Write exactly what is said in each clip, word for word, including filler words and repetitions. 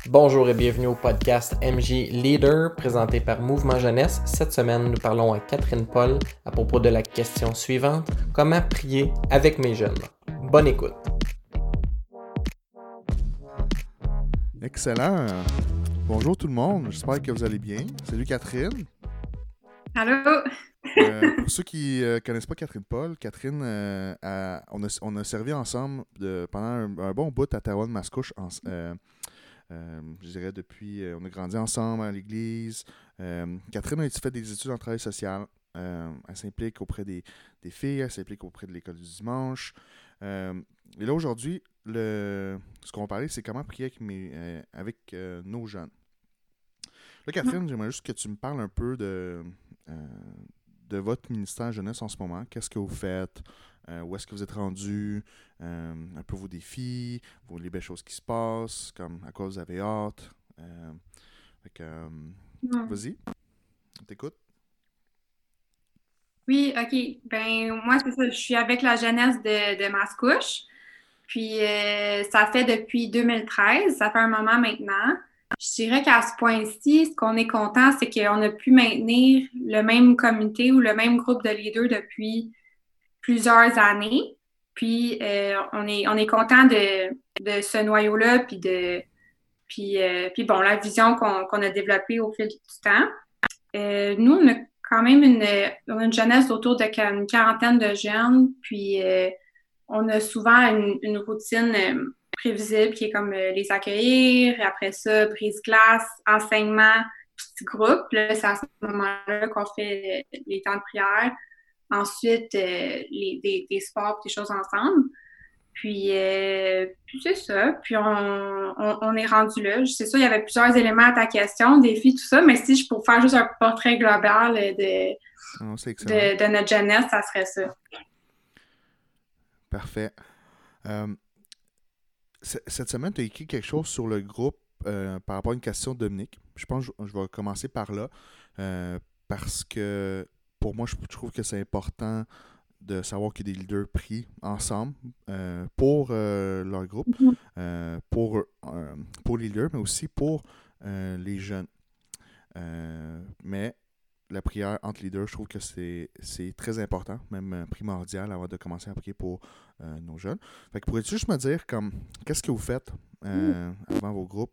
Bonjour et bienvenue au podcast M J Leader présenté par Mouvement Jeunesse. Cette semaine, nous parlons à Catherine Paul à propos de la question suivante: comment prier avec mes jeunes? Bonne écoute. Excellent. Bonjour tout le monde, j'espère que vous allez bien. Salut Catherine. Allô? Euh, pour ceux qui ne euh, connaissent pas Catherine Paul, Catherine, euh, a, on, a, on a servi ensemble de, pendant un, un bon bout à Tarawon-Mascouche, en, euh, euh, je dirais depuis, euh, on a grandi ensemble à l'église. Euh, Catherine a fait des études en travail social. Euh, elle s'implique auprès des, des filles, elle s'implique auprès de l'école du dimanche. Euh, et là aujourd'hui, le, ce qu'on va parler, c'est comment prier avec, mes, euh, avec euh, nos jeunes. Là, Catherine, mmh. j'aimerais juste que tu me parles un peu de... Euh, de votre ministère jeunesse en ce moment. Qu'est-ce que vous faites? Euh, où est-ce que vous êtes rendu? Euh, un peu vos défis, vos, les belles choses qui se passent, comme à quoi vous avez hâte. Euh, fait que, euh, mm. Vas-y, on t'écoute. Oui, OK. Ben moi, c'est ça. Je suis avec la jeunesse de, de Mascouche. Puis, euh, ça fait depuis deux mille treize. Ça fait un moment maintenant. Je dirais qu'à ce point-ci, ce qu'on est content, c'est qu'on a pu maintenir le même comité ou le même groupe de leaders depuis plusieurs années. Puis, euh, on est, on est content de, de ce noyau-là, puis de, puis, euh, puis bon, la vision qu'on, qu'on a développée au fil du temps. Euh, nous, on a quand même une, on a une jeunesse autour de une quarantaine de jeunes, puis euh, on a souvent une, une routine euh, prévisible qui est comme euh, les accueillir, après ça, prise classe, enseignement, petit groupe. Là, c'est à ce moment-là qu'on fait les temps de prière. Ensuite, euh, les, des, des sports, des choses ensemble. Puis, euh, puis c'est ça. Puis on, on, on est rendu là. C'est sûr, il y avait plusieurs éléments à ta question, défis, tout ça, mais si je pourrais faire juste un portrait global de, oh, de, de notre jeunesse, ça serait ça. Parfait. Euh, c- cette semaine, tu as écrit quelque chose sur le groupe euh, par rapport à une question de Dominique. Je pense que je, je vais commencer par là euh, parce que pour moi, je, je trouve que c'est important de savoir que des leaders prient ensemble euh, pour euh, leur groupe, euh, pour, euh, pour les leaders, mais aussi pour euh, les jeunes. Euh, mais la prière entre leaders, je trouve que c'est, c'est très important, même primordial avant de commencer à prier pour euh, nos jeunes. Fait que pourrais-tu juste me dire comme qu'est-ce que vous faites euh, avant vos groupes?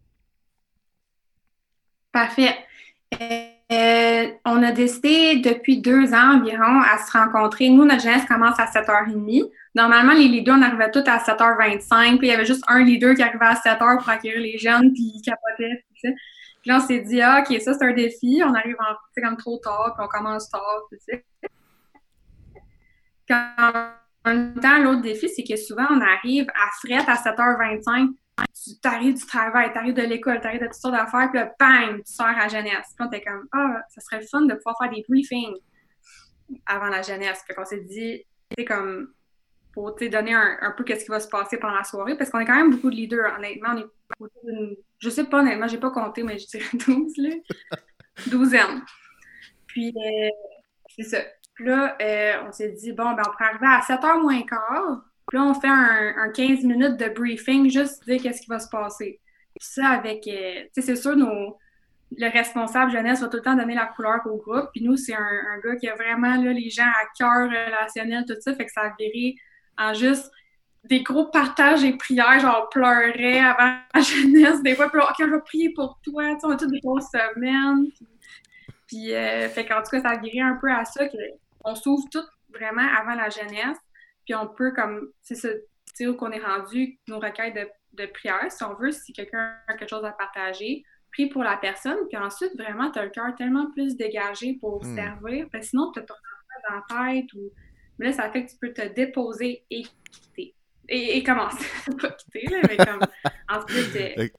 Parfait. Euh, on a décidé depuis deux ans environ à se rencontrer. Nous, notre jeunesse commence à sept heures trente. Normalement, les leaders, on arrivait tous à sept heures vingt-cinq. Puis il y avait juste un leader qui arrivait à sept heures pour accueillir les jeunes, puis il capotait. Puis, ça. Puis là, on s'est dit, ah, OK, ça, c'est un défi. On arrive en, c'est comme trop tard, puis on commence tard. Puis, puis en même temps, l'autre défi, c'est que souvent, on arrive à fret à sept heures vingt-cinq. Tu t'arrives du travail, t'arrives de l'école, t'arrives de toutes sortes d'affaires, puis là, bang, tu sors à la jeunesse. Puis là, t'es comme, ah, ça serait le fun de pouvoir faire des briefings avant la jeunesse. Fait qu'on s'est dit, c'est comme, pour te donner un, un peu qu'est-ce qui va se passer pendant la soirée, parce qu'on est quand même beaucoup de leaders, honnêtement. On est autour d'une, je sais pas, honnêtement, j'ai pas compté, mais je dirais douze, là. Douzaine. Puis, euh, c'est ça. Puis là, euh, on s'est dit, bon, ben, on pourrait arriver à sept heures moins quart. Puis là, on fait un, un quinze minutes de briefing, juste dire qu'est-ce qui va se passer. Puis ça, avec, euh, tu sais, c'est sûr, nos, le responsable jeunesse va tout le temps donner la couleur au groupe. Puis nous, c'est un, un gars qui a vraiment là, les gens à cœur relationnel, tout ça. Fait que ça a viré en juste des gros partages et prières, genre pleurait avant la jeunesse. Des fois, puis là, OK, je vais prier pour toi. Tu sais, on a toutes des grosses semaines. Puis, puis euh, fait qu'en tout cas, ça a viré un peu à ça, qu'on s'ouvre tout vraiment avant la jeunesse. Puis on peut, comme, c'est ça, tu sais, où qu'on est rendu, nos requêtes de, de prière, si on veut, si quelqu'un a quelque chose à partager, prie pour la personne, puis ensuite, vraiment, tu as le cœur tellement plus dégagé pour mmh. servir, parce que sinon, tu as ton enfant dans la tête, ou... mais là, ça fait que tu peux te déposer et quitter. Et, et commencer, pas quitter, là, mais comme, ensuite,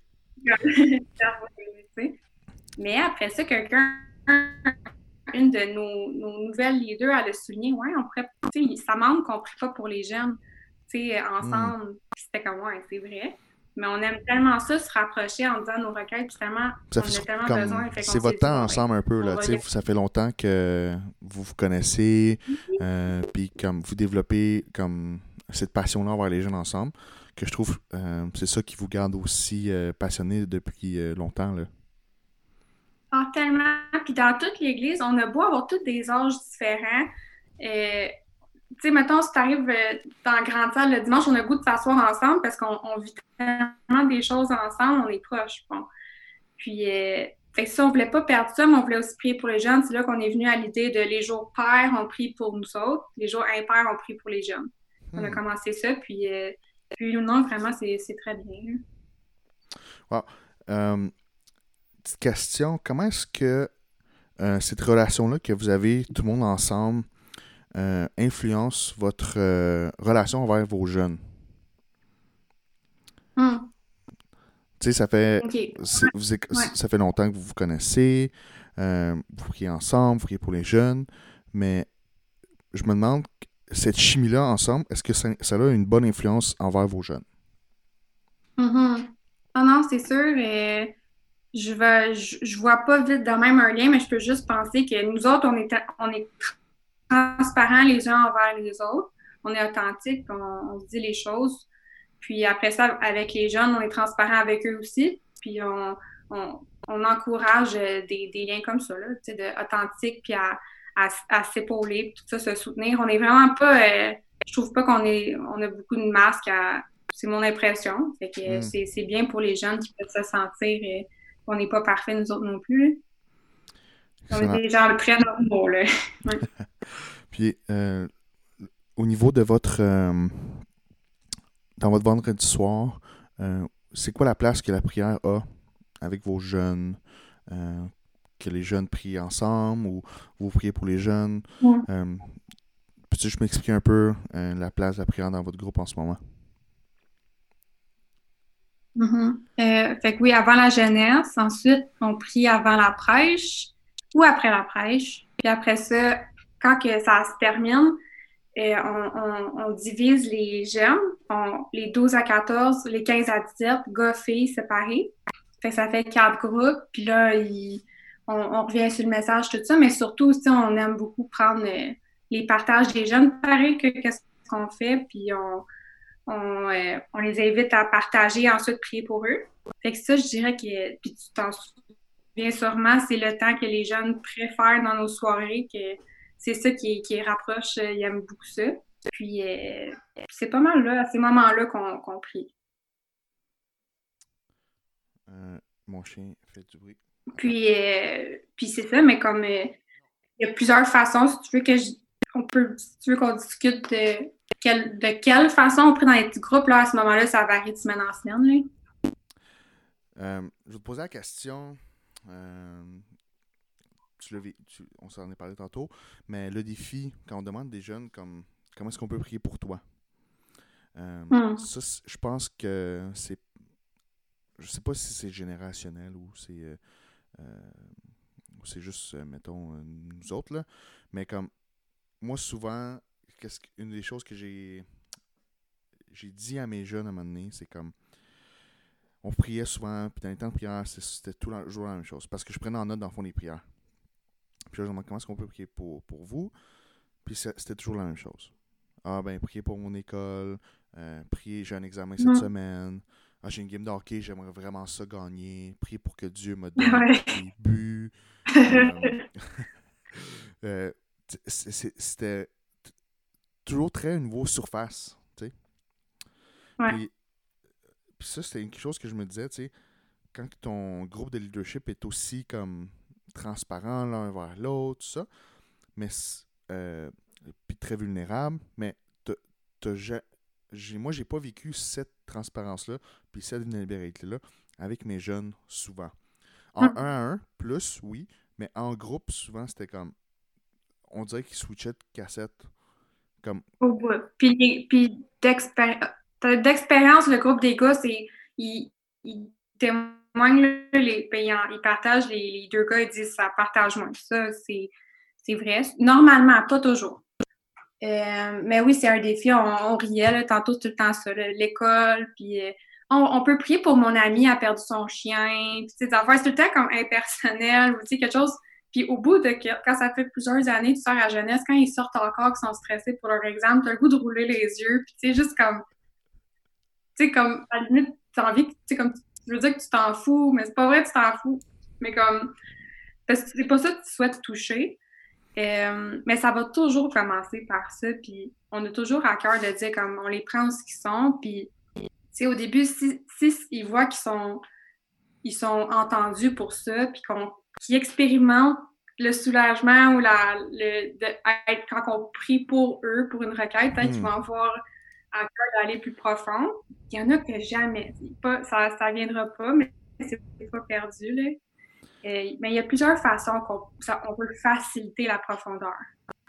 euh, mais après ça, quelqu'un... une de nos, nos nouvelles leaders, elle a souligné, ouais, on pourrait, tu sais, ça manque qu'on prie pas pour les jeunes, tu sais, ensemble. Mm. C'était comme, ouais, c'est vrai. Mais on aime tellement ça, se rapprocher en disant nos requêtes, puis tellement, ça on a tellement comme, besoin. Fait c'est votre temps dit, ensemble ouais, un peu, là, tu sais, ça fait longtemps que vous vous connaissez, mm-hmm. euh, puis comme vous développez comme cette passion-là envers les jeunes ensemble, que je trouve, euh, c'est ça qui vous garde aussi euh, passionné depuis euh, longtemps, là. Ah, tellement. Puis dans toute l'Église, on a beau avoir tous des âges différents. Euh, tu sais, mettons, si tu arrives dans la grande salle le dimanche, on a le goût de s'asseoir ensemble parce qu'on on vit tellement des choses ensemble, on est proches. Bon. Puis, euh, fait que ça, on voulait pas perdre ça, mais on voulait aussi prier pour les jeunes. C'est là qu'on est venu à l'idée de les jours pairs, on prie pour nous autres. Les jours impairs, on prie pour les jeunes. On a Hmm. commencé ça, puis, euh, puis non, vraiment, c'est c'est très bien. Wow. Euh, petite question, comment est-ce que euh, cette relation-là que vous avez tout le monde ensemble euh, influence votre euh, relation envers vos jeunes? Hmm. Tu sais, ça fait, OK. c'est- vous êtes- Ouais. ça fait longtemps que vous vous connaissez, euh, vous priez ensemble, vous priez pour les jeunes, mais je me demande, cette chimie-là ensemble, est-ce que ça, ça a une bonne influence envers vos jeunes? Mhm. Non, non, c'est sûr. euh, je vais, je, je vois pas vite de même un lien, mais je peux juste penser que nous autres, on est, on est transparents les uns envers les autres. On est authentiques, on, on se dit les choses. Puis après ça, avec les jeunes, on est transparent avec eux aussi. Puis on, on, on encourage euh, des, des liens comme ça, là, tu sais, de authentique, puis à, à, à s'épauler, puis tout ça, se soutenir. On est vraiment pas, euh, je trouve pas qu'on est, on a beaucoup de masques à, c'est mon impression. Fait que euh, Hmm. c'est, c'est bien pour les jeunes qui peuvent se sentir euh, qu'on n'est pas parfait nous autres non plus. On est Excellent. des gens très normaux, là. Ouais. Puis, euh, au niveau de votre... euh, dans votre vendredi soir, euh, c'est quoi la place que la prière a avec vos jeunes? Euh, que les jeunes prient ensemble ou vous priez pour les jeunes? Ouais. Euh, Peux-tu juste m'expliquer un peu euh, la place de la prière dans votre groupe en ce moment? Mhm. Euh, fait que oui, avant la jeunesse, ensuite, on prie avant la prêche ou après la prêche. Puis après ça, quand que ça se termine, euh, on, on- on divise les jeunes, on- les douze à quatorze, les quinze à dix-sept, gars, filles séparés. Fait que ça fait quatre groupes. Puis là, il- on, on revient sur le message, tout ça. Mais surtout aussi, on aime beaucoup prendre euh, les partages des jeunes, pareil que qu'est-ce qu'on fait. Puis on, on, euh, on les invite à partager, ensuite prier pour eux. Fait que ça, je dirais que, puis tu t'en souviens sûrement, c'est le temps que les jeunes préfèrent dans nos soirées, que c'est ça qui, qui les rapproche, euh, ils aiment beaucoup ça. Puis, euh, puis c'est pas mal là, à ces moments-là qu'on qu'on prie. Euh, mon chien fait du bruit. Puis, euh, puis c'est ça, mais comme euh, il y a plusieurs façons, si tu veux que je, on peut, si tu veux qu'on discute de quelle, de quelle façon on prie dans les petits groupes, là, à ce moment-là, ça varie de semaine en semaine, là. Euh, je vais te poser la question. euh, tu l'as vu- tu- on s'en est parlé tantôt, mais le défi, quand on demande des jeunes comme comment est-ce qu'on peut prier pour toi? Euh, Hmm. ça, c'est- je pense que c'est. Je sais pas si c'est générationnel ou c'est. euh, euh, ou c'est juste, euh, mettons, euh, nous autres, là. Mais comme. Moi, souvent, qu'est-ce que- une des choses que j'ai. J'ai dit à mes jeunes à un moment donné, c'est comme. On priait souvent, puis dans les temps de prière, c'est- c'était toujours la même chose. Parce que je prenais en note dans le fond des prières. Puis là, je me demande comment est-ce qu'on peut prier pour, pour vous. Puis c'est- c'était toujours la même chose. Ah ben, prier pour mon école, euh, prier, j'ai un examen cette Hmm. semaine. Ah, j'ai une game de hockey, j'aimerais vraiment ça gagner. Prier pour que Dieu me donne Ouais. des buts. Euh, euh, t- c'est- c'est- c'était t- toujours très niveau surface, tu sais. Ouais. Puis, puis ça, c'était quelque chose que je me disais, tu sais, quand ton groupe de leadership est aussi comme transparent l'un vers l'autre, tout ça, mais c- euh, puis très vulnérable, mais t'as- t'as ja- j'ai, moi, j'ai pas vécu cette transparence-là, puis cette vulnérabilité-là avec mes jeunes souvent. En Hmm. un à un, plus, oui, mais en groupe, souvent, c'était comme, on dirait qu'ils switchaient de cassette, comme, Au bout. Puis, puis d'expéri- d'expérience, le groupe des gars, c'est ils, ils témoignent, là, les, ben, ils, en- ils partagent, les, les deux gars, ils disent ça partage moins. Ça, c'est c'est vrai. Normalement, pas toujours. Euh, mais oui, c'est un défi. On, on riait là, tantôt tout le temps ça, là, l'école, puis euh, on, on peut prier pour mon ami a perdu son chien, puis tu sais, des affaires, c'est tout le temps comme impersonnel, ou tu sais, quelque chose. Puis au bout de que, quand ça fait plusieurs années, tu sors à la jeunesse, quand ils sortent encore, qu'ils sont stressés pour leur examen, t'as le goût de rouler les yeux, puis tu sais, juste comme sais, comme, à la limite, tu as envie, tu sais, comme, je veux dire que tu t'en fous, mais c'est pas vrai que tu t'en fous. Mais comme, parce que c'est pas ça que tu souhaites toucher. Euh, mais ça va toujours commencer par ça, puis on a toujours à cœur de dire, comme, on les prend où ce qu'ils sont, puis, tu sais, au début, si, si ils voient qu'ils sont, ils sont entendus pour ça, puis qu'on, qu'ils expérimentent le soulagement ou la, le, de être, quand on prie pour eux, pour une requête, peut-être qu'ils Hmm. vont avoir à cœur d'aller plus profond. Il y en a que jamais. Pas, ça ne viendra pas, mais c'est pas perdu. Là. Et, mais il y a plusieurs façons qu'on ça, on peut faciliter la profondeur.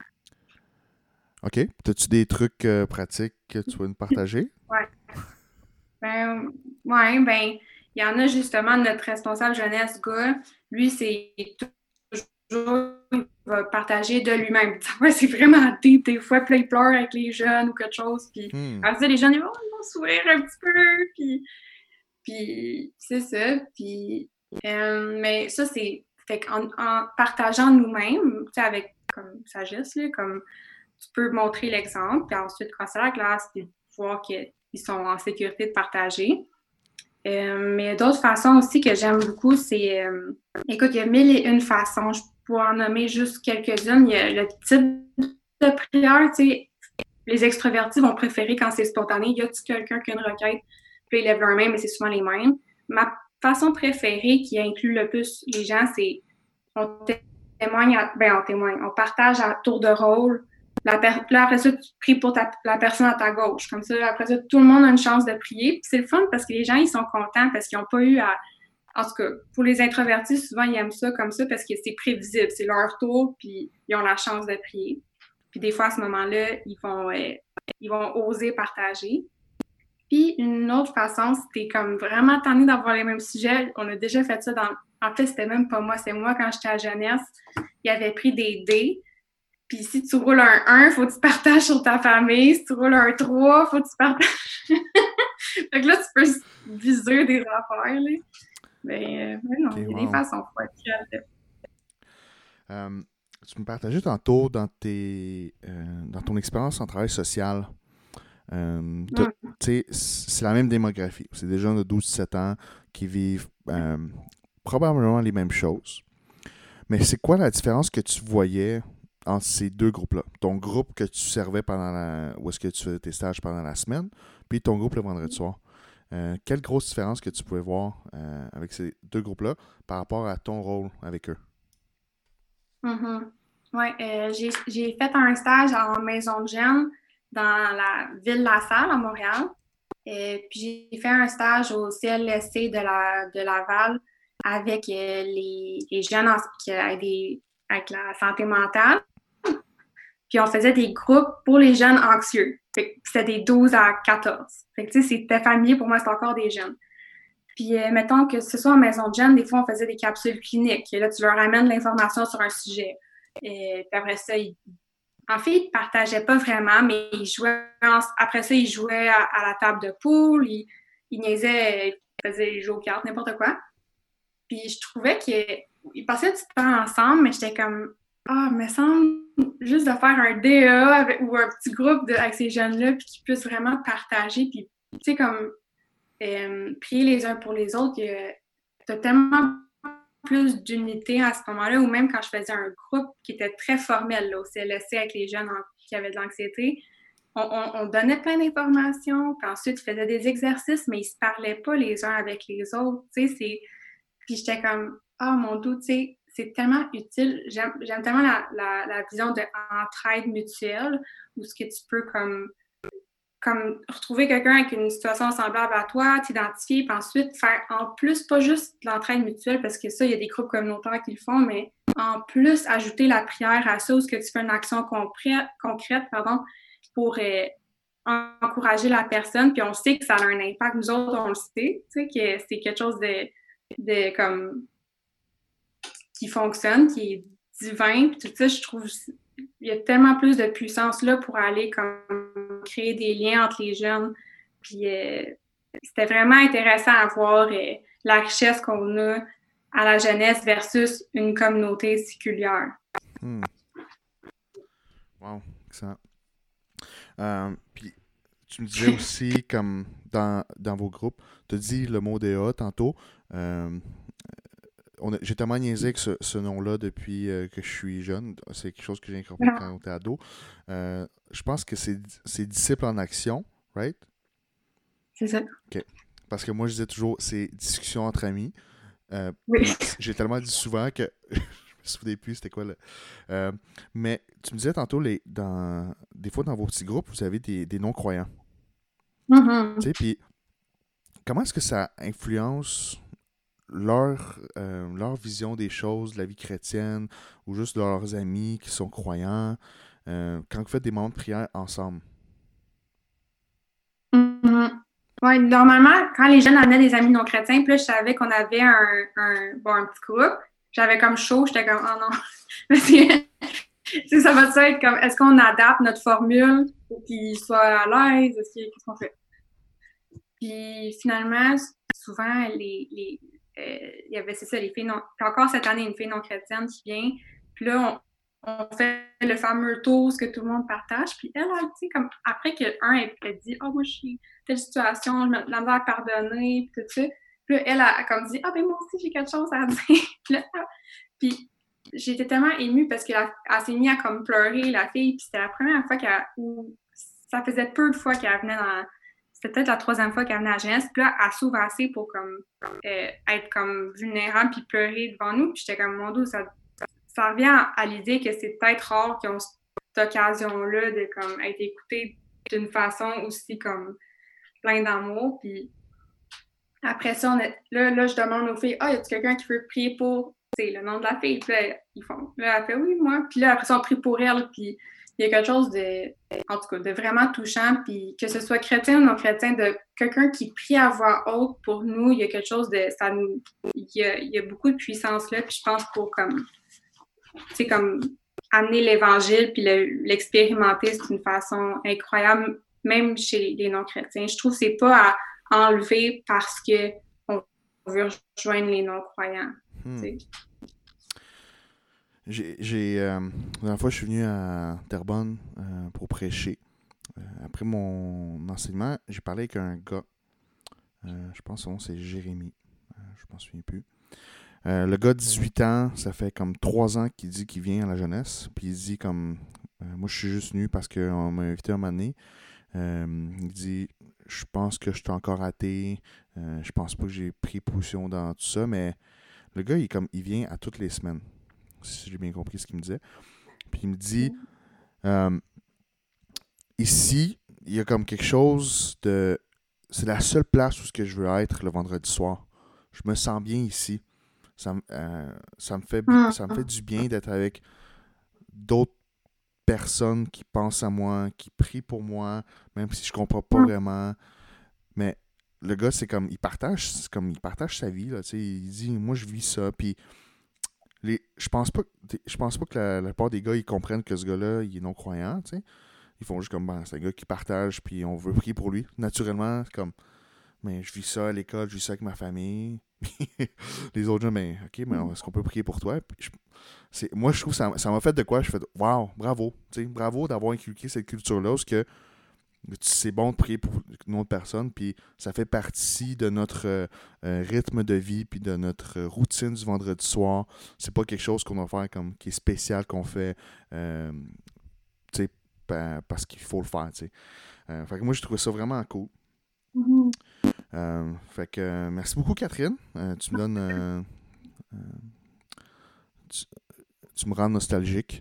OK. As-tu des trucs euh, pratiques que tu veux nous partager? Ouais. Ben, ouais, ben, il y en a justement notre responsable jeunesse, gars. Lui, c'est toujours, il va partager de lui-même. Ouais, c'est vraiment deep des fois, puis là, il pleure avec les jeunes ou quelque chose. Puis, Hmm. après ça, les jeunes, ils vont, ils vont sourire un petit peu. Puis, puis c'est ça. Puis, euh, mais ça, c'est. Fait qu'en en partageant nous-mêmes, tu sais, avec comme sagesse, là, comme tu peux montrer l'exemple, puis ensuite, quand c'est la classe, puis voir qu'ils sont en sécurité de partager. Euh, mais d'autres façons aussi que j'aime beaucoup, c'est. Euh, écoute, il y a mille et une façons. Je pourrais en nommer juste quelques-unes. Il y a le type de prière, tu sais. Les extrovertis vont préférer quand c'est spontané. Y a-t-il quelqu'un qui a une requête? Puis ils lèvent leur main, mais c'est souvent les mêmes. Ma façon préférée qui inclut le plus les gens, c'est on témoigne, à, ben on témoigne, on partage à tour de rôle. La per, là, après ça, tu pries pour ta, la personne à ta gauche. Comme ça, après ça, tout le monde a une chance de prier. Puis c'est le fun parce que les gens, ils sont contents parce qu'ils n'ont pas eu à... En tout cas, pour les introvertis, souvent, ils aiment ça comme ça parce que c'est prévisible. C'est leur tour, puis ils ont la chance de prier. Puis des fois, à ce moment-là, ils vont, euh, ils vont oser partager. Puis une autre façon, c'était comme vraiment tanné d'avoir les mêmes sujets. On a déjà fait ça dans... En fait, c'était même pas moi, c'est moi quand j'étais à jeunesse. Il avait pris des dés. Puis si tu roules un un, faut que tu partages sur ta famille. Si tu roules un trois, faut que tu partages. Fait que là, tu peux viser des affaires, là. Mais, euh, mais non, Okay, il y a wow. des façons pour être créatif. Um, tu me partageais tantôt dans, tes, euh, dans ton expérience en travail social. Euh, Mm. C'est la même démographie. C'est des gens de douze à sept ans qui vivent euh, probablement les mêmes choses. Mais c'est quoi la différence que tu voyais entre ces deux groupes-là? Ton groupe que tu servais pendant la... où est-ce que tu faisais tes stages pendant la semaine, puis ton groupe le vendredi soir. Euh, quelle grosse différence que tu pouvais voir euh, avec ces deux groupes-là par rapport à ton rôle avec eux? Mm-hmm. Oui, euh, j'ai, j'ai fait un stage en maison de jeunes dans la ville La Salle, à Montréal. Et puis j'ai fait un stage au C L S C de, la, de Laval avec euh, les, les jeunes en, qui, avec, des, avec la santé mentale. Puis on faisait des groupes pour les jeunes anxieux. Fait que c'était des douze à quatorze. Fait que tu sais, c'était familier pour moi, c'était encore des jeunes. Puis euh, mettons que ce soit en maison de jeunes, des fois on faisait des capsules cliniques. Et là, tu leur amènes l'information sur un sujet. Et puis après ça, ils... en fait, ils ne partageaient pas vraiment, mais ils jouaient en... après ça, ils jouaient à, à la table de poule, ils, ils niaisaient, ils faisaient les jeux aux cartes, n'importe quoi. Puis je trouvais qu'ils passaient du temps ensemble, mais j'étais comme ah, il me semble juste de faire un D A avec, ou un petit groupe de, avec ces jeunes-là, puis qu'ils puissent vraiment partager, puis tu sais, comme euh, prier les uns pour les autres, tu as tellement plus d'unité à ce moment-là, ou même quand je faisais un groupe qui était très formel là, au C L S C avec les jeunes en, qui avaient de l'anxiété, on, on, on donnait plein d'informations, puis ensuite, ils faisaient des exercices, mais ils se parlaient pas les uns avec les autres, tu sais, c'est... Puis j'étais comme, ah, oh, mon Dieu, tu sais, c'est tellement utile. J'aime, j'aime tellement la, la, la vision d'entraide mutuelle, où ce que tu peux comme, comme retrouver quelqu'un avec une situation semblable à toi, t'identifier, puis ensuite faire en plus, pas juste l'entraide mutuelle, parce que ça, il y a des groupes communautaires qui le font, mais en plus, ajouter la prière à ça, où ce que tu fais une action concrète, concrète pardon, pour euh, encourager la personne, puis on sait que ça a un impact. Nous autres, on le sait, tu sais, que c'est quelque chose de, de comme qui fonctionne, qui est divin, puis tout ça, je trouve il y a tellement plus de puissance là pour aller comme créer des liens entre les jeunes. Puis euh, c'était vraiment intéressant à voir euh, la richesse qu'on a à la jeunesse versus une communauté séculière. Hmm. Wow, excellent. Euh, puis tu me disais aussi comme dans, dans vos groupes. Tu as dit le mot D A tantôt. Euh, on a, j'ai tellement niaisé avec ce, ce nom-là depuis euh, que je suis jeune. C'est quelque chose que j'ai incorporé quand j'étais ado. Euh, je pense que c'est, c'est disciple en action, right? C'est ça. OK. Parce que moi, je disais toujours, c'est discussion entre amis. Euh, Oui. J'ai tellement dit souvent que je me souvenais plus c'était quoi là. Euh, mais tu me disais tantôt, les, dans, des fois dans vos petits groupes, vous avez des, des non-croyants. Mm-hmm. Tu sais, puis comment est-ce que ça influence leur, euh, leur vision des choses, de la vie chrétienne, ou juste leurs amis qui sont croyants, euh, quand vous faites des moments de prière ensemble? Mm-hmm. Oui, normalement, quand les jeunes amenaient des amis non chrétiens, puis là, je savais qu'on avait un, un, bon, un petit groupe. J'avais comme chaud, j'étais comme, oh non. Parce que ça va être comme, est-ce qu'on adapte notre formule pour qu'ils soient à l'aise? Est-ce que, qu'est-ce qu'on fait? Puis finalement, souvent, les, les, euh, il y avait, c'est ça, les filles non. Puis encore cette année, une fille non chrétienne qui vient. Puis là, on, on fait le fameux toast que tout le monde partage. Puis elle, elle, tu sais, comme après que un, elle, elle dit, oh, moi, je suis telle situation, je me demande à pardonner, puis tout ça. Puis là, elle a, a comme dit, ah, ben moi aussi, j'ai quelque chose à dire. Puis là, puis j'étais tellement émue parce qu'elle elle s'est mise à comme pleurer, la fille. Puis c'était la première fois qu'elle, où ça faisait peu de fois qu'elle venait dans. C'était peut-être la troisième fois qu'elle venait à Jeunesse. Puis là, elle s'ouvre assez pour comme, euh, être comme vulnérable puis pleurer devant nous. Puis j'étais comme, mon Dieu, ça, ça revient à, à l'idée que c'est peut-être rare qu'ils ont cette occasion-là de comme, être écoutés d'une façon aussi comme plein d'amour. Puis après ça, on est, là, là, je demande aux filles, ah, oh, y a-t-il quelqu'un qui veut prier pour le nom de la fille? Puis là, ils font. Là, elle fait oui, moi. Puis là, après ça, on prie pour elle. Puis il y a quelque chose de, en tout cas, de vraiment touchant, puis que ce soit chrétien ou non chrétien, de quelqu'un qui prie à voix haute pour nous, il y a quelque chose de, ça nous, il y a, il y a beaucoup de puissance là, puis je pense pour comme, tu sais, comme amener l'évangile puis le, l'expérimenter, c'est une façon incroyable, même chez les non-chrétiens. Je trouve que c'est pas à enlever parce que on veut rejoindre les non-croyants. Hmm. Tu sais. J'ai, j'ai euh, la dernière fois, je suis venu à Terrebonne euh, pour prêcher. Euh, après mon enseignement, j'ai parlé avec un gars. Euh, je pense que son nom, c'est Jérémy. Euh, je ne m'en souviens plus. Euh, le gars de dix-huit ans, ça fait comme trois ans qu'il dit qu'il vient à la jeunesse. Puis il dit comme, euh, moi, je suis juste venu parce qu'on m'a invité un moment donné. Euh, il dit, je pense que je suis encore athée. Euh, je pense pas que j'ai pris position dans tout ça. Mais le gars, il, comme, il vient à toutes les semaines. Si j'ai bien compris ce qu'il me disait. Puis il me dit, euh, ici, il y a comme quelque chose de... C'est la seule place où ce que je veux être le vendredi soir. Je me sens bien ici. Ça, euh, ça, me, fait, ça me fait du bien d'être avec d'autres personnes qui pensent à moi, qui prient pour moi, même si je comprends pas vraiment. Mais le gars, c'est comme, il partage, c'est comme, il partage sa vie. Là, il dit, moi, je vis ça, puis... Les, je pense pas je pense pas que la, la plupart des gars ils comprennent que ce gars-là il est non-croyant, tu sais. Ils font juste comme ben, c'est un gars qui partage puis on veut prier pour lui. Naturellement, c'est comme mais je vis ça à l'école, je vis ça avec ma famille. Les autres gens, mais ok, mais est-ce qu'on peut prier pour toi? Puis je, c'est, moi je trouve que ça, ça m'a fait de quoi? Je fais wow, bravo, tu sais, bravo d'avoir inculqué cette culture-là parce que c'est bon de prier pour une autre personne, puis ça fait partie de notre euh, rythme de vie, puis de notre routine du vendredi soir. C'est pas quelque chose qu'on va faire comme qui est spécial, qu'on fait euh, pa- parce qu'il faut le faire. Euh, fait que moi, j'ai trouvé ça vraiment cool. Mm-hmm. Euh, fait que euh, merci beaucoup, Catherine. Euh, tu me donnes... Euh, euh, tu, tu me rends nostalgique.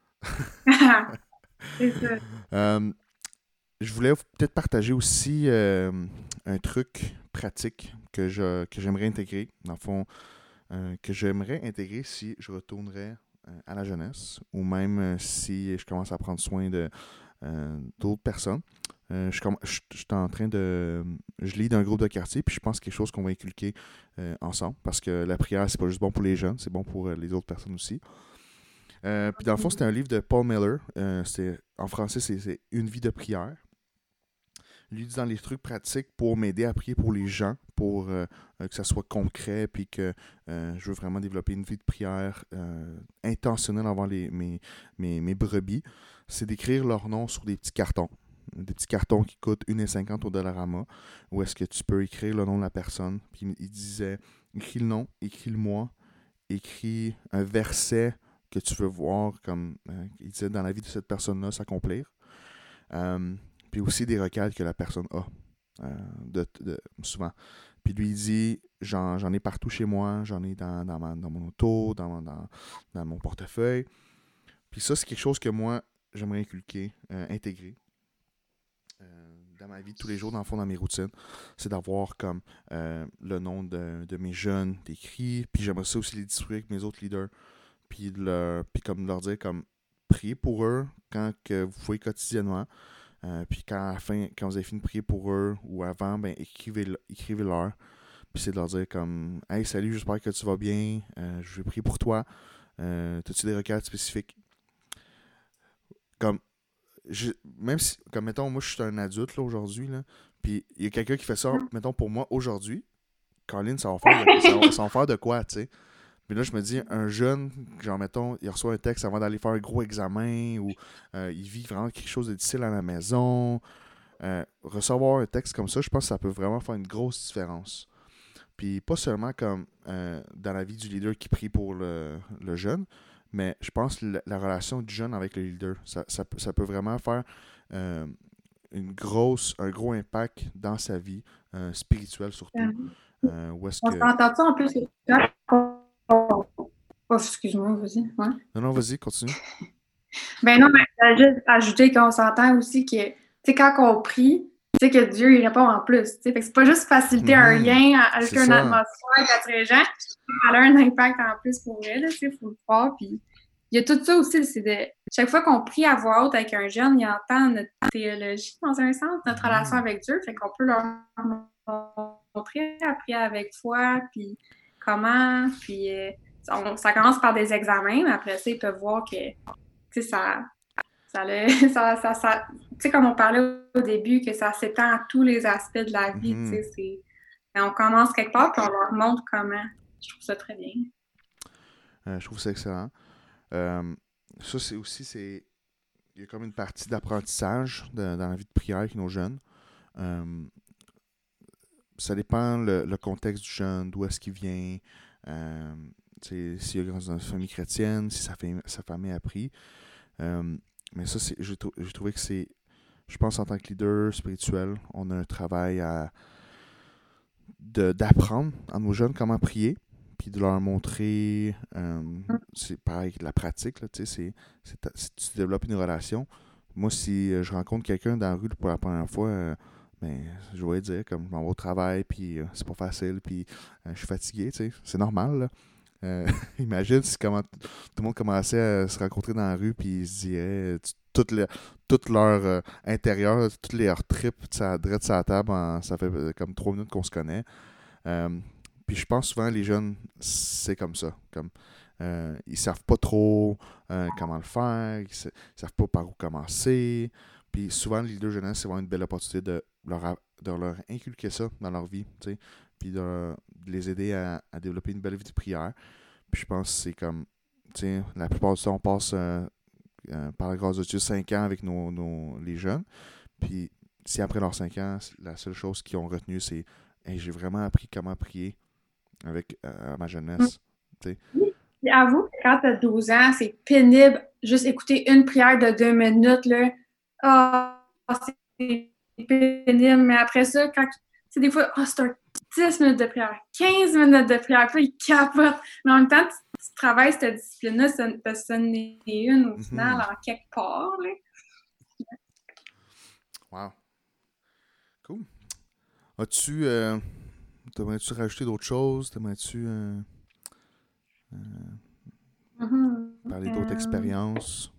C'est ça. euh, Je voulais peut-être partager aussi euh, un truc pratique que, je, que j'aimerais intégrer, dans le fond, euh, que j'aimerais intégrer si je retournerais euh, à la jeunesse ou même euh, si je commence à prendre soin de, euh, d'autres personnes. Euh, je, je, je suis en train de... Je lis d'un groupe de quartier, puis je pense que c'est quelque chose qu'on va inculquer euh, ensemble, parce que la prière, c'est pas juste bon pour les jeunes, c'est bon pour euh, les autres personnes aussi. Euh, puis dans le fond, c'était un livre de Paul Miller. Euh, c'est, en français, c'est, c'est « Une vie de prière ». Lui dit dans les trucs pratiques pour m'aider à prier pour les gens, pour euh, que ça soit concret, puis que euh, je veux vraiment développer une vie de prière euh, intentionnelle envers les, mes, mes, mes brebis, c'est d'écrire leur nom sur des petits cartons. des petits cartons qui coûtent un dollar cinquante au Dollarama, où est-ce que tu peux écrire le nom de la personne. Puis il disait, écris le nom, écris le mois, écris un verset que tu veux voir, comme euh, il disait, dans la vie de cette personne-là s'accomplir. Euh, puis aussi des requêtes que la personne a, euh, de, de, souvent. Puis lui, il dit, j'en, j'en ai partout chez moi, j'en ai dans, dans, ma, dans mon auto, dans, dans, dans mon portefeuille. Puis ça, c'est quelque chose que moi, j'aimerais inculquer, euh, intégrer euh, dans ma vie de tous les jours, dans le fond, dans mes routines. C'est d'avoir comme euh, le nom de, de mes jeunes décrits. Puis j'aimerais ça aussi les distribuer avec mes autres leaders. Puis, leur, puis comme leur dire, comme, priez pour eux quand que vous pouvez quotidiennement. Euh, puis quand à la fin, quand vous avez fini de prier pour eux ou avant, ben écrivez-leur. Écrivez puis c'est de leur dire comme, hey, salut, j'espère que tu vas bien. Euh, je vais prier pour toi. Euh, As-tu des requêtes spécifiques? Comme, je, même si, comme mettons, moi je suis un adulte là, aujourd'hui, là, puis il y a quelqu'un qui fait ça, mettons pour moi aujourd'hui, Colin, ça va faire de, ça va, ça va faire de quoi, tu sais? Puis là, je me dis, un jeune, genre, mettons, il reçoit un texte avant d'aller faire un gros examen ou euh, il vit vraiment quelque chose de difficile à la maison. Euh, recevoir un texte comme ça, je pense que ça peut vraiment faire une grosse différence. Puis pas seulement comme euh, dans la vie du leader qui prie pour le, le jeune, mais je pense que la, la relation du jeune avec le leader, ça, ça, ça peut vraiment faire euh, une grosse, un gros impact dans sa vie, euh, spirituelle surtout. Euh, où est-ce On que... s'entend ça en plus. Oh, excuse-moi, vas-y. Ouais. Non, non, vas-y, continue. Ben non, mais je vais juste ajouter qu'on s'entend aussi que, tu sais, quand on prie, tu sais que Dieu, il répond en plus. Tu sais, fait que c'est pas juste faciliter Mhm, un lien, ajouter une ça. atmosphère, attirer les gens. Ça a un impact en plus pour elle, tu sais, il faut le croire. Puis il y a tout ça aussi, c'est de chaque fois qu'on prie à voix haute avec un jeune, il entend notre théologie dans un sens, notre Mhm. relation avec Dieu, fait qu'on peut leur montrer à prier avec foi, puis comment, puis euh, on- ça commence par des examens, mais après ça, ils peuvent voir que, tu sais, ça, ça, le- ça, ça, ça tu sais, comme on parlait au début, que ça s'étend à tous les aspects de la vie, Mhm. tu sais, c'est, mais on commence quelque part, puis on leur montre comment. Je trouve ça très bien. Euh, je trouve ça excellent. Euh, ça, c'est aussi, c'est il y a comme une partie d'apprentissage de- dans la vie de prière avec nos jeunes. Euh, ça dépend le, le contexte du jeune, d'où est-ce qu'il vient, euh, s'il est dans une famille chrétienne, si sa famille, sa famille a pris. Euh, mais ça, c'est, j'ai, trou- j'ai trouvé que c'est, je pense en tant que leader spirituel, on a un travail à de, d'apprendre à nos jeunes comment prier, puis de leur montrer, euh, c'est pareil de la pratique, là, tu sais, c'est, c'est, si tu développes une relation. Moi, si euh, je rencontre quelqu'un dans la rue pour la première fois, euh, ben, je vais dire, comme je m'en vais au travail, puis euh, c'est pas facile, puis euh, je suis fatigué, tu sais, c'est normal, là. Euh, imagine si comment, tout le monde commençait à se rencontrer dans la rue, puis ils se disaient tu- tout, le, tout leur euh, intérieur, toutes leurs tripes, ça drette sur la table, en- ça fait euh, comme trois minutes qu'on se connaît. Euh, puis je pense souvent les jeunes, c'est comme ça. Comme, euh, ils savent pas trop euh, comment le faire, ils, sa- ils savent pas par où commencer. Puis souvent, le leader jeunesse, c'est vraiment une belle opportunité de leur, a- de leur inculquer ça dans leur vie, tu sais, puis de, de les aider à, à développer une belle vie de prière. Puis je pense que c'est comme, tu sais, la plupart du temps, on passe euh, euh, par la grâce de Dieu cinq ans avec nos, nos, les jeunes. Puis si après leurs cinq ans, la seule chose qu'ils ont retenue, c'est hey, j'ai vraiment appris comment prier avec euh, ma jeunesse. Tu sais. Puis avoue que quand t'as douze ans, c'est pénible juste écouter une prière de deux minutes, là. Ah, c'est pénible. Mais après ça, quand tu sais, des fois, oh, c'est un dix minutes de prière, quinze minutes de prière, puis ils capotent. Mais en même temps, tu, tu travailles cette discipline-là, ça, parce que ça en est une au Mhm. final, en quelque part, là. Wow. Cool. As-tu. Euh, T'aimerais-tu rajouter d'autres choses? T'aimerais-tu euh, euh, Mm-hmm. parler d'autres Euh, expériences?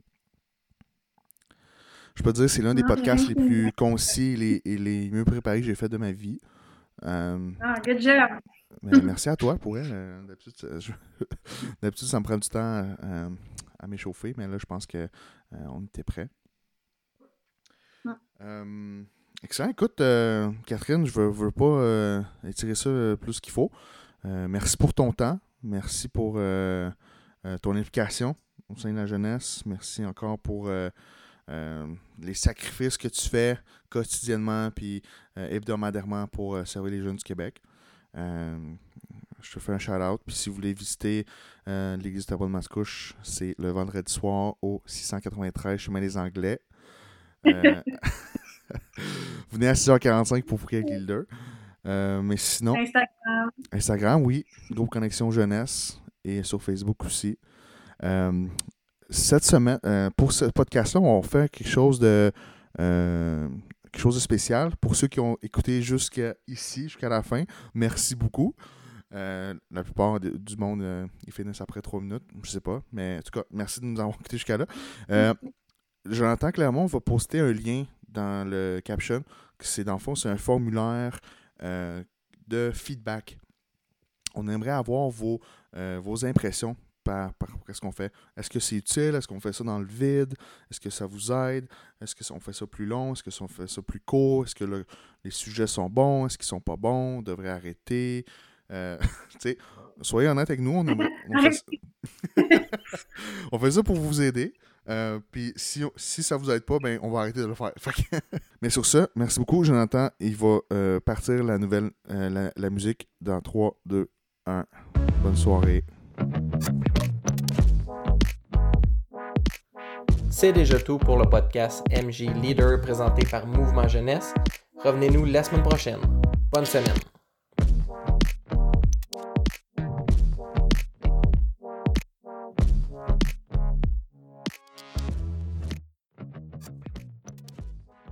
Je peux te dire que c'est l'un des non, podcasts rien les qui- plus concis et les, et les mieux préparés que j'ai fait de ma vie. Euh, Ah, good job. mais merci à toi pour elle. Euh, d'habitude, ça, je- d'habitude, ça me prend du temps euh, à m'échauffer, mais là, je pense qu'on euh, était prêts. Ouais. Euh, excellent. Écoute, euh, Catherine, je veux, veux pas euh, étirer ça euh, plus qu'il faut. Euh, merci pour ton temps. Merci pour euh, euh, ton implication au sein de la jeunesse. Merci encore pour euh, euh, les sacrifices que tu fais quotidiennement puis euh, hebdomadairement pour euh, servir les jeunes du Québec. Euh, je te fais un shout-out. Puis si vous voulez visiter euh, l'église de Ottawa-Mascouche, c'est le vendredi soir au six cent quatre-vingt-treize chemin des Anglais. Euh, venez à six heures quarante-cinq pour Fouquet Gilder. Euh, mais sinon... Instagram. Instagram, oui. Groupe Connexion Jeunesse. Et sur Facebook aussi. Euh, cette semaine, euh, pour ce podcast-là, on fait quelque chose de... Euh, quelque chose de spécial. Pour ceux qui ont écouté jusqu'à ici, jusqu'à la fin, merci beaucoup. Euh, la plupart de, du monde, euh, ils finissent après trois minutes. Je sais pas. Mais en tout cas, merci de nous avoir écoutés jusqu'à là. Euh, Jonathan Clermont va poster un lien dans le caption. C'est dans le fond, c'est un formulaire euh, de feedback. On aimerait avoir vos, euh, vos impressions par, par ce qu'on fait. Est-ce que c'est utile? Est-ce qu'on fait ça dans le vide? Est-ce que ça vous aide? Est-ce qu'on fait ça plus long? Est-ce qu'on fait ça plus court? Est-ce que le, les sujets sont bons? Est-ce qu'ils sont pas bons? On devrait arrêter? Euh, soyez honnête avec nous. On, aimerait, on, fait ça. On fait ça pour vous aider. Euh, Puis si, si ça vous aide pas, ben on va arrêter de le faire. Mais sur ça, merci beaucoup, Jonathan. Il va euh, partir la nouvelle euh, la, la musique dans trois, deux, un. Bonne soirée. C'est déjà tout pour le podcast M J Leader présenté par Mouvement Jeunesse. Revenez-nous la semaine prochaine. Bonne semaine.